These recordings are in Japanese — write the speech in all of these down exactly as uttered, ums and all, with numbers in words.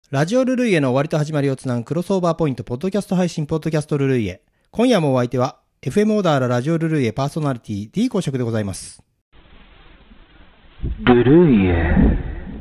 ラジオルルイエの終わりと始まりをつなぐクロスオーバーポイントポッドキャスト配信ポッドキャストルルイエ。今夜もお相手は エフエム オーダーララジオルルイエパーソナリティ D 公職でございます。 ルルイエ。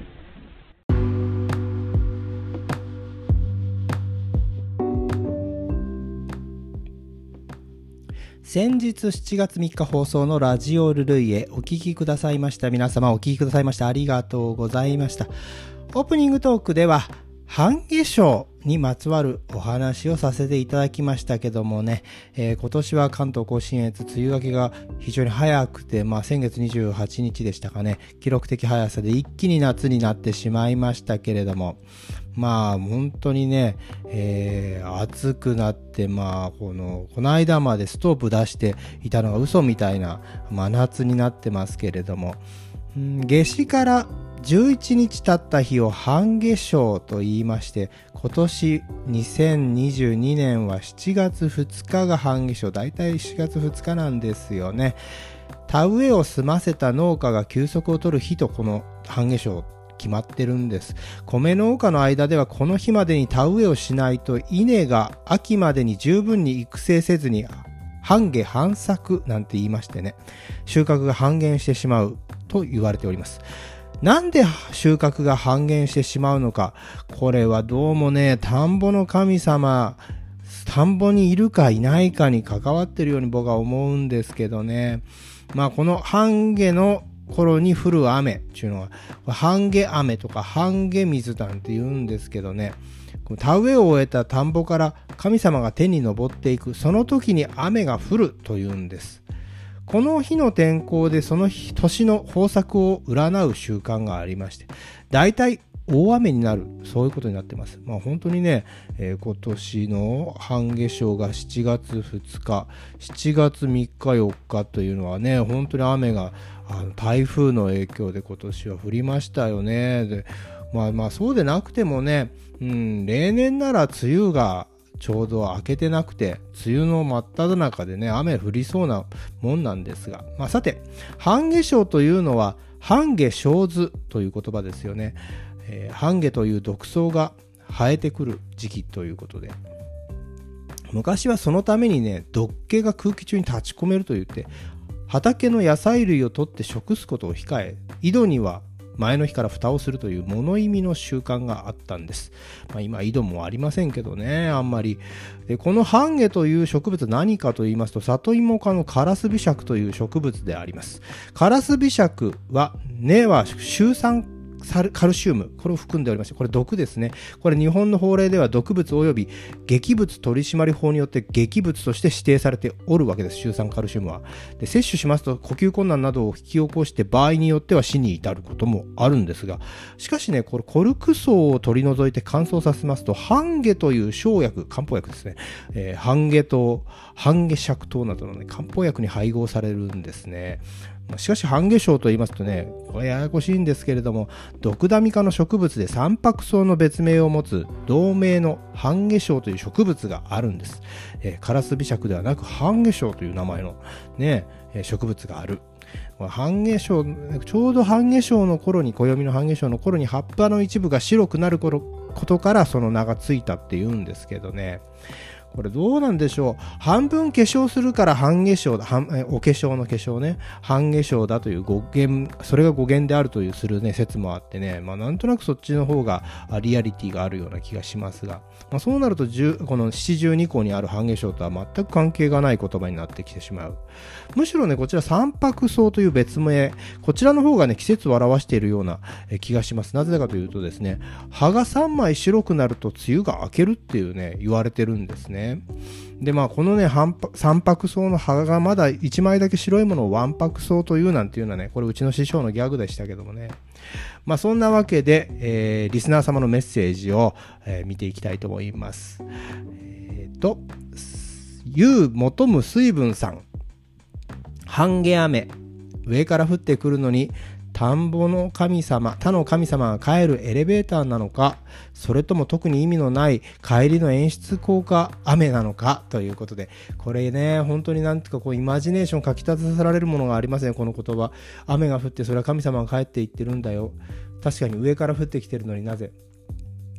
先日しちがつみっか放送のラジオルルイエお聞きくださいました皆様、お聞きくださいましたありがとうございました。オープニングトークでは半夏生にまつわるお話をさせていただきましたけどもね、えー、今年は関東甲信越梅雨明けが非常に早くて、まあ先月にじゅうはちにちでしたかね、記録的速さで一気に夏になってしまいましたけれども、まあ本当にね、えー、暑くなって、まあこのこの間までストーブ出していたのが嘘みたいな真夏になってますけれども、ん夏至からじゅういちにち経った日を半夏生と言いまして、今年にせんにじゅうにねんはしちがつふつかが半夏生、だいたいしがつふつかなんですよね。田植えを済ませた農家が休息を取る日とこの半夏生決まってるんです。米農家の間ではこの日までに田植えをしないと稲が秋までに十分に育成せずに半夏半作なんて言いましてね、収穫が半減してしまうと言われております。なんで収穫が半減してしまうのか、これはどうもね、田んぼの神様、田んぼにいるかいないかに関わってるように僕は思うんですけどね。まあこの半夏の頃に降る雨っていうのは半夏雨とか半夏水なんて言うんですけどね、田植えを終えた田んぼから神様が天に昇っていく、その時に雨が降るというんです。この日の天候でその日年の豊作を占う習慣がありまして、大体大雨になる、そういうことになってます。まあ本当にね、えー、今年の半夏生がしちがつふつか、しちがつみっかよっかというのはね、本当に雨があの台風の影響で今年は降りましたよね。で、まあまあそうでなくてもね、うん、例年なら梅雨がちょうど明けてなくて梅雨の真っ只中でね、雨降りそうなもんなんですが、まあさて、半夏生というのは半夏生図という言葉ですよね。えー、半夏という毒草が生えてくる時期ということで、昔はそのためにね、毒気が空気中に立ち込めると言って、畑の野菜類を取って食すことを控え、井戸には前の日から蓋をするという物意味の習慣があったんです。まあ、今井戸もありませんけどね、あんまり。で、この半夏という植物何かと言いますと、里芋科のカラスビシャクという植物であります。カラスビシャクは根はシュウ酸カルシウム、これを含んでおりまして、これ毒ですね。これ日本の法令では毒物及び劇物取締法によって劇物として指定されておるわけです。シュウ酸カルシウムは。で、摂取しますと呼吸困難などを引き起こして場合によっては死に至ることもあるんですが、しかしね、これコルク層を取り除いて乾燥させますと、半夏という生薬、漢方薬ですね。えー、半夏糖、半夏芍糖などのね、漢方薬に配合されるんですね。しかし半夏生と言いますとね、これややこしいんですけれども、毒ダミ科の植物で三白草の別名を持つ同名の半夏生という植物があるんです。えー、カラスビシャクではなく半夏生という名前のね、えー、植物がある。半夏生、ちょうど半夏生の頃に、暦の半夏生の頃に葉っぱの一部が白くなることからその名がついたっていうんですけどね。これどうなんでしょう。半分化粧するから半夏生だ、お化粧の化粧ね、半夏生だという語源、それが語源であるというするね説もあってね、まあなんとなくそっちの方がリアリティがあるような気がしますが、まあ、そうなるとこの七十二項にある半夏生とは全く関係がない言葉になってきてしまう。むしろね、こちら三白草という別名、こちらの方がね季節を表しているような気がします。なぜかというとですね、葉がさんまい白くなると梅雨が明けるっていうね言われてるんですね。で、まあこのね三白草の葉がまだいちまいだけ白いものをわんぱく草というなんていうのはね、これうちの師匠のギャグでしたけどもね。まあそんなわけで、えー、リスナー様のメッセージを、えー、見ていきたいと思います。えーとゆう求む水分さん、半夏雨、上から降ってくるのに田んぼの神様、他の神様が帰るエレベーターなのか、それとも特に意味のない帰りの演出効果雨なのかということで、これね、本当になんていうかこうイマジネーションかき立たせられるものがありますね、この言葉。雨が降ってそれは神様が帰っていってるんだよ。確かに上から降ってきてるのになぜ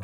うん、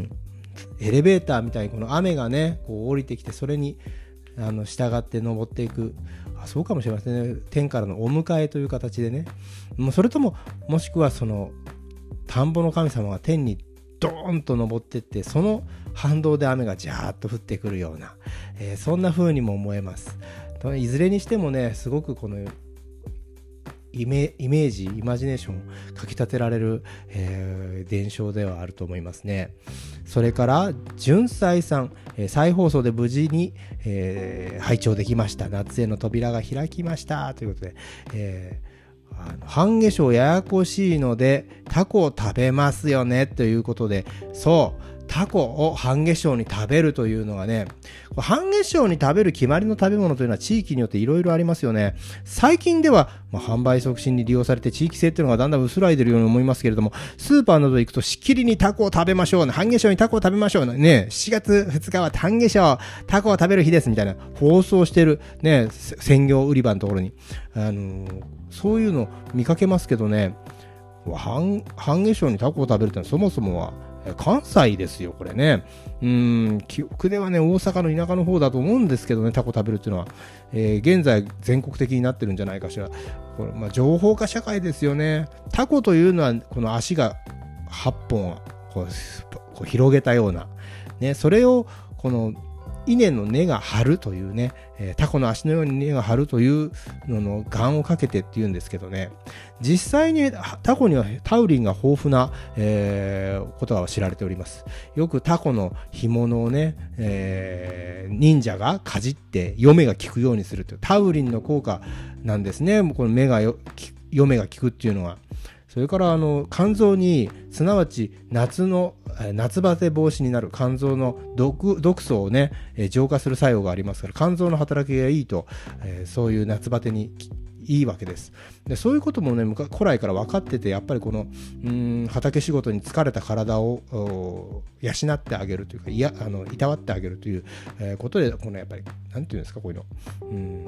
エレベーターみたいにこの雨がねこう降りてきて、それにあの従って登っていく、あ、そうかもしれませんね。天からのお迎えという形でね。もうそれとももしくはその田んぼの神様が天にドーンと登ってって、その反動で雨がジャーッと降ってくるような、えー、そんな風にも思えます。いずれにしてもね、すごくこのイメ、イメージ、イマジネーションをかき立てられる、えー、伝承ではあると思いますね。それから純斎さん、えー、再放送で無事に、えー、拝聴できました。夏への扉が開きましたということで、えー、あの半夏生ややこしいのでタコを食べますよねということで、そうタコを半夏生に食べるというのはね、半夏生に食べる決まりの食べ物というのは地域によっていろいろありますよね。最近では、まあ、販売促進に利用されて地域性っていうのがだんだん薄らいでるように思いますけれども、スーパーなど行くとしきりにタコを食べましょう、半夏生にタコを食べましょうね、しちがつふつかは半夏生タコを食べる日ですみたいな放送してるね、鮮魚売り場のところに、あのー、そういうの見かけますけどね、半夏生にタコを食べるってのはそもそもは関西ですよ、これね。うーん、記憶ではね、大阪の田舎の方だと思うんですけどね、タコ食べるっていうのは。えー、現在全国的になってるんじゃないかしら。これ、まあ、情報化社会ですよね。タコというのは、この足がはっぽんこうこう広げたような。ね、それを、この、稲の根が張るというね、えー、タコの足のように根が張るというのの願をかけてっていうんですけどね、実際にタコにはタウリンが豊富な、えー、ことが知られております。よくタコの干物をね、えー、忍者がかじって読めが効くようにするというタウリンの効果なんですね。この目がよ読めが効くっていうのは。それからあの肝臓にすなわち夏の夏バテ防止になる肝臓の 毒, 毒素をね、えー、浄化する作用がありますから、肝臓の働きがいいと、えー、そういう夏バテにいいわけです。でそういうこともね古来から分かってて、やっぱりこのうーん畑仕事に疲れた体を養ってあげるというか、いやあのいたわってあげるという、えー、ことで、このやっぱりなんていうんですか、こういうのうーん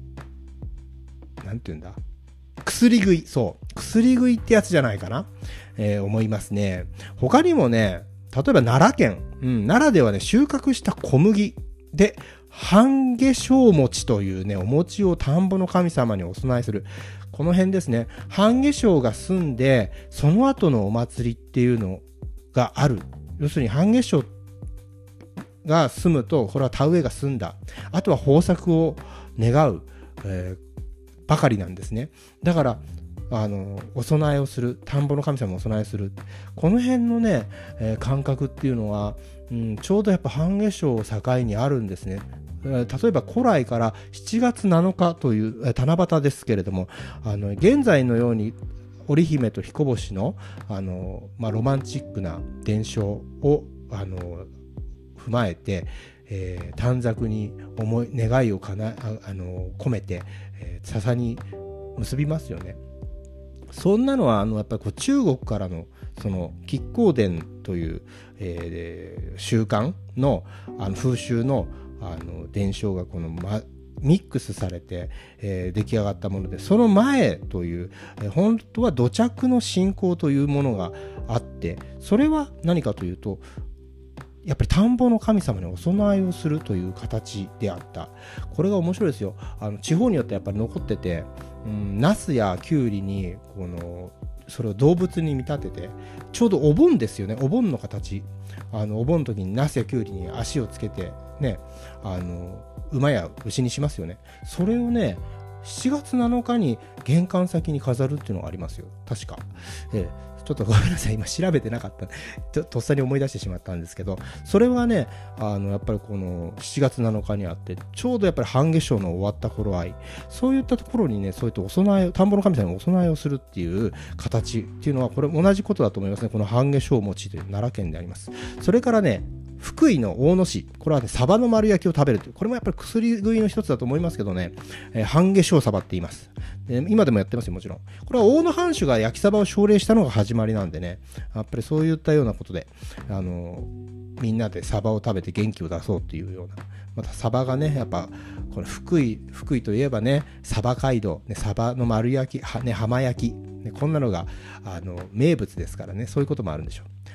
なんていうんだ薬食い、そう薬食いってやつじゃないかな、えー、思いますね。他にもね、例えば奈良県、うん、奈良ではね収穫した小麦で半夏生餅というねお餅を田んぼの神様にお供えする。この辺ですね、半夏生が済んでその後のお祭りっていうのがある。要するに半夏生が済むと、これは田植えが済んだ、あとは豊作を願う、えーばかりなんですね。だからあのお供えをする、田んぼの神様をお供えする、この辺のね、えー、感覚っていうのは、うん、ちょうどやっぱ半夏生を境にあるんですね。例えば古来からしちがつなのかという七夕ですけれども、あの現在のように織姫と彦星の、あの、まあ、ロマンチックな伝承をあの踏まえて、えー、短冊に思い願いをかな あ, あの込めて、えー、笹に結びますよね。そんなのはあのやっぱりこう中国からのその亀甲伝という、えー、習慣の、あの風習の、あの伝承がこの、ま、ミックスされて、えー、出来上がったもので、その前という、えー、本当は土着の信仰というものがあって、それは何かというと、やっぱり田んぼの神様にお供えをするという形であった。これが面白いですよ。あの地方によってやっぱり残ってて、うん、ナスやキュウリにこのそれを動物に見立てて、ちょうどお盆ですよね。お盆の形。あのお盆の時にナスやキュウリに足をつけてね、あの馬や牛にしますよね。それをね、しちがつなのかに玄関先に飾るっていうのがありますよ、確か。ええちょっとごめんなさい、今調べてなかった。と, とっさに思い出してしまったんですけど、それはね、あのやっぱりこのしちがつなのかにあって、ちょうどやっぱり半夏生の終わった頃合い、そういったところにね、そういったお供え、田んぼの神様にお供えをするっていう形っていうのは、これ同じことだと思いますね。この半夏生餅という奈良県であります。それからね、福井の大野市、これはね、サバの丸焼きを食べるという、これもやっぱり薬食いの一つだと思いますけどね、えー、半夏生サバって言います。で今でもやってますよ、もちろん。これは大野藩主が焼きサバを奨励したのが始まりなんでね、やっぱりそういったようなことで、あのー、みんなでサバを食べて元気を出そうっていうような、またサバがね、やっぱこの福井福井といえばね、サバ街道、ね、サバの丸焼き、はね、浜焼き、ね、こんなのがあの名物ですからね、そういうこともあるんでしょう。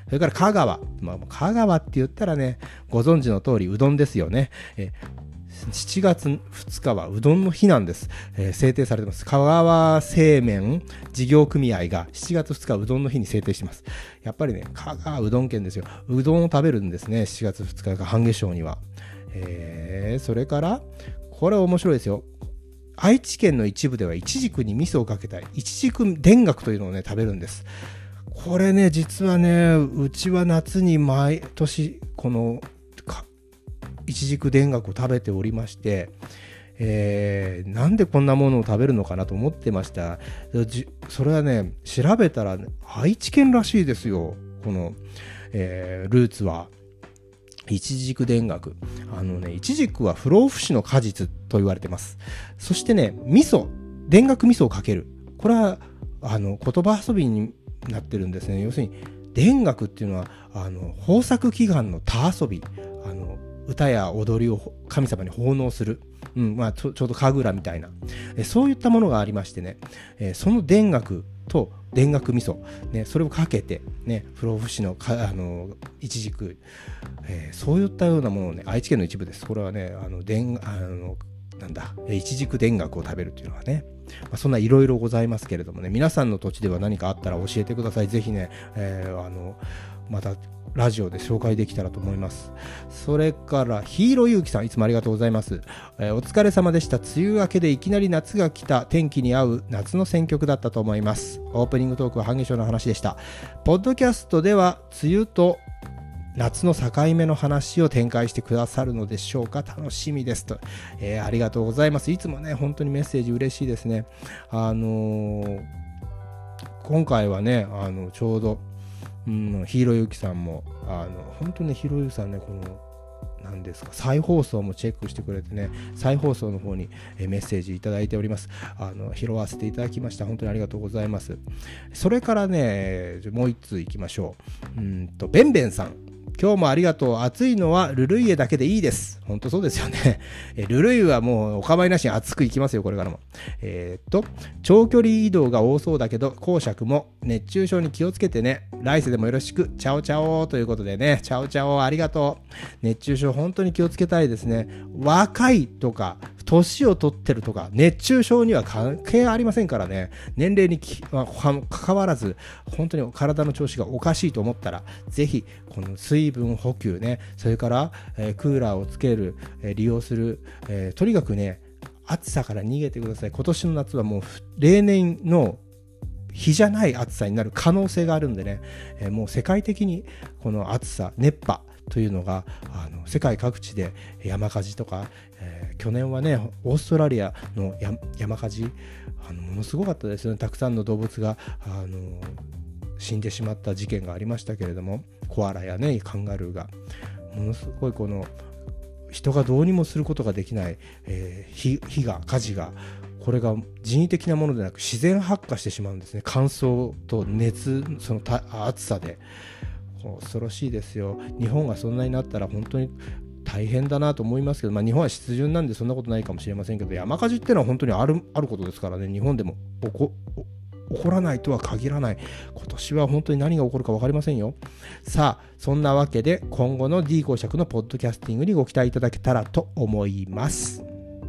それから香川、まあ、香川って言ったらね、ご存知の通りうどんですよね。えしちがつふつかはうどんの日なんです。えー、制定されてます。香川製麺事業組合がしちがつふつかうどんの日に制定してます。やっぱりね、香川うどん県ですよ。うどんを食べるんですね。しちがつふつかが半夏生には。えー、それからこれ面白いですよ。愛知県の一部ではイチジクに味噌をかけたイチジク田楽というのをね食べるんです。これね、実はね、うちは夏に毎年このイチジク田楽を食べておりまして、えー、なんでこんなものを食べるのかなと思ってました。それはね、調べたら、ね、愛知県らしいですよ。この、えー、ルーツはイチジク田楽。あのね、イチジクは不老不死の果実と言われてます。そしてね、味噌、田楽味噌をかける。これはあの言葉遊びになってるんですね。要するに田楽っていうのはあの豊作祈願の田遊び、あの歌や踊りを神様に奉納する、うんまあ、ちょ, ちょうど神楽みたいな、えそういったものがありましてね、えその田楽と田楽味噌、ね、それをかけて、ね、不老不死のかあのイチジク、えー、そういったようなものをね、愛知県の一部です。これはね、あの田あのなんだイチジク田楽を食べるっていうのはね、まあ、そんないろいろございますけれどもね、皆さんの土地では何かあったら教えてください。ぜひね、えー、あのまたラジオで紹介できたらと思います。それからヒーローゆうきさん、いつもありがとうございます。えー、お疲れ様でした。梅雨明けでいきなり夏が来た。天気に合う夏の選曲だったと思います。オープニングトークは半夏生の話でした。ポッドキャストでは梅雨と夏の境目の話を展開してくださるのでしょうか。楽しみですと、えー、ありがとうございます。いつもね、本当にメッセージ嬉しいですね。あのー、今回はね、あのちょうどうん、ヒーローゆきさんもあの本当にヒーローゆきさんね、この何ですか、再放送もチェックしてくれてね、再放送の方にえメッセージいただいております。あの拾わせていただきました。本当にありがとうございます。それからね、もう一通いきましょう。うんとベンベンさん、今日もありがとう。暑いのはルルイエだけでいいです。本当そうですよね。えルルイはもうお構いなしに暑くいきますよ、これからも。えー、っと、長距離移動が多そうだけど、公爵も熱中症に気をつけてね。来世でもよろしく。チャオチャオということでね、チャオチャオありがとう。熱中症本当に気をつけたいですね。若いとか、年を取ってるとか、熱中症には関係ありませんからね。年齢に関わらず、本当に体の調子がおかしいと思ったら、ぜひこの水分補給ね、それから、えー、クーラーをつける、えー、利用する、えー、とにかくね、暑さから逃げてください。今年の夏はもう例年の日じゃない暑さになる可能性があるんでね、えー、もう世界的にこの暑さ、熱波というのがあの世界各地で山火事とか、えー、去年はね、オーストラリアのや山火事、あのものすごかったですよね。たくさんの動物があの死んでしまった事件がありましたけれども、コアラやね、カンガルーがものすごいこの人がどうにもすることができない、えー、火, 火が火事が、これが人為的なものでなく自然発火してしまうんですね。乾燥と熱、その暑さで恐ろしいですよ。日本がそんなになったら本当に大変だなと思いますけど、まあ、日本は湿潤なんでそんなことないかもしれませんけど、山火事っていうのは本当にある、あることですからね。日本でも起こ起こらないとは限らない。今年は本当に何が起こるか分かりませんよ。さあ、そんなわけで今後の D 公爵のポッドキャスティングにご期待いただけたらと思います。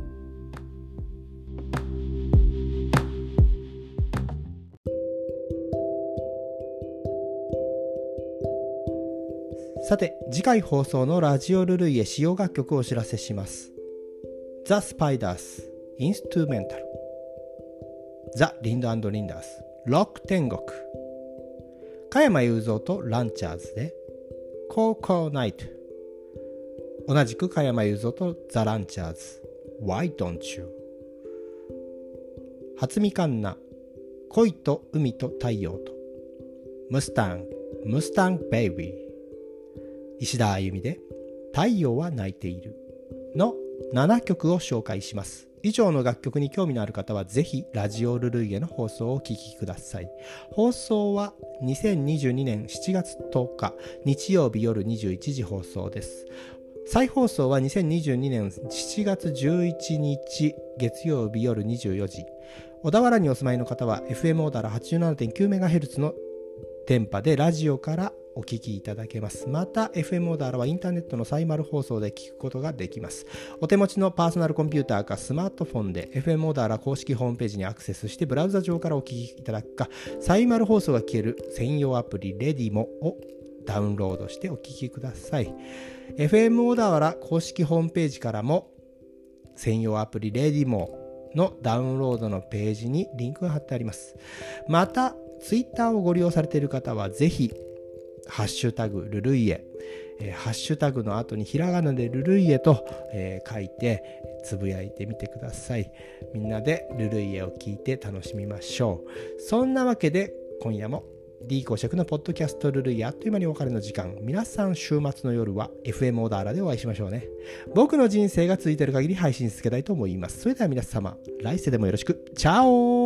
さて、次回放送のラジオルルイエ使用楽曲をお知らせします。 The Spiders Instrumental、 The Lind and Linders Rock 天国、加山雄三とランチャーズで Coco Night、 同じく加山雄三とザ・ランチャーズ Why Don't You、 初見環奈、恋と海と太陽と、ムスタンムスタンベイビー、石田あゆみで太陽は泣いているのななきょくを紹介します。以上の楽曲に興味のある方はぜひラジオルルイエの放送をお聞きください。放送はにせんにじゅうにねんしちがつとおか日曜日夜にじゅういちじ放送です。再放送はにせんにじゅうにねんしちがつじゅういちにち月曜日夜にじゅうよじ。小田原にお住まいの方は エフエム 小田原 はちじゅうななてんきゅうメガヘルツ の電波でラジオからお聞きいただけます。また エフエム オダーラはインターネットのサイマル放送で聞くことができます。お手持ちのパーソナルコンピューターかスマートフォンで エフエム オダーラ公式ホームページにアクセスしてブラウザ上からお聞きいただくか、サイマル放送が聞ける専用アプリレディモをダウンロードしてお聞きください。 エフエム オダーラ公式ホームページからも専用アプリレディモのダウンロードのページにリンクが貼ってあります。またツイッターをご利用されている方はぜひハッシュタグルルイエ、えー、ハッシュタグの後にひらがなでルルイエと、えー、書いてつぶやいてみてください。みんなでルルイエを聞いて楽しみましょう。そんなわけで今夜も D 公爵のポッドキャストルルイエあっという間にお別れの時間。皆さん週末の夜は エフエム オダーラでお会いしましょうね。僕の人生が続いている限り配信続けたいと思います。それでは皆様来世でもよろしく。チャオ。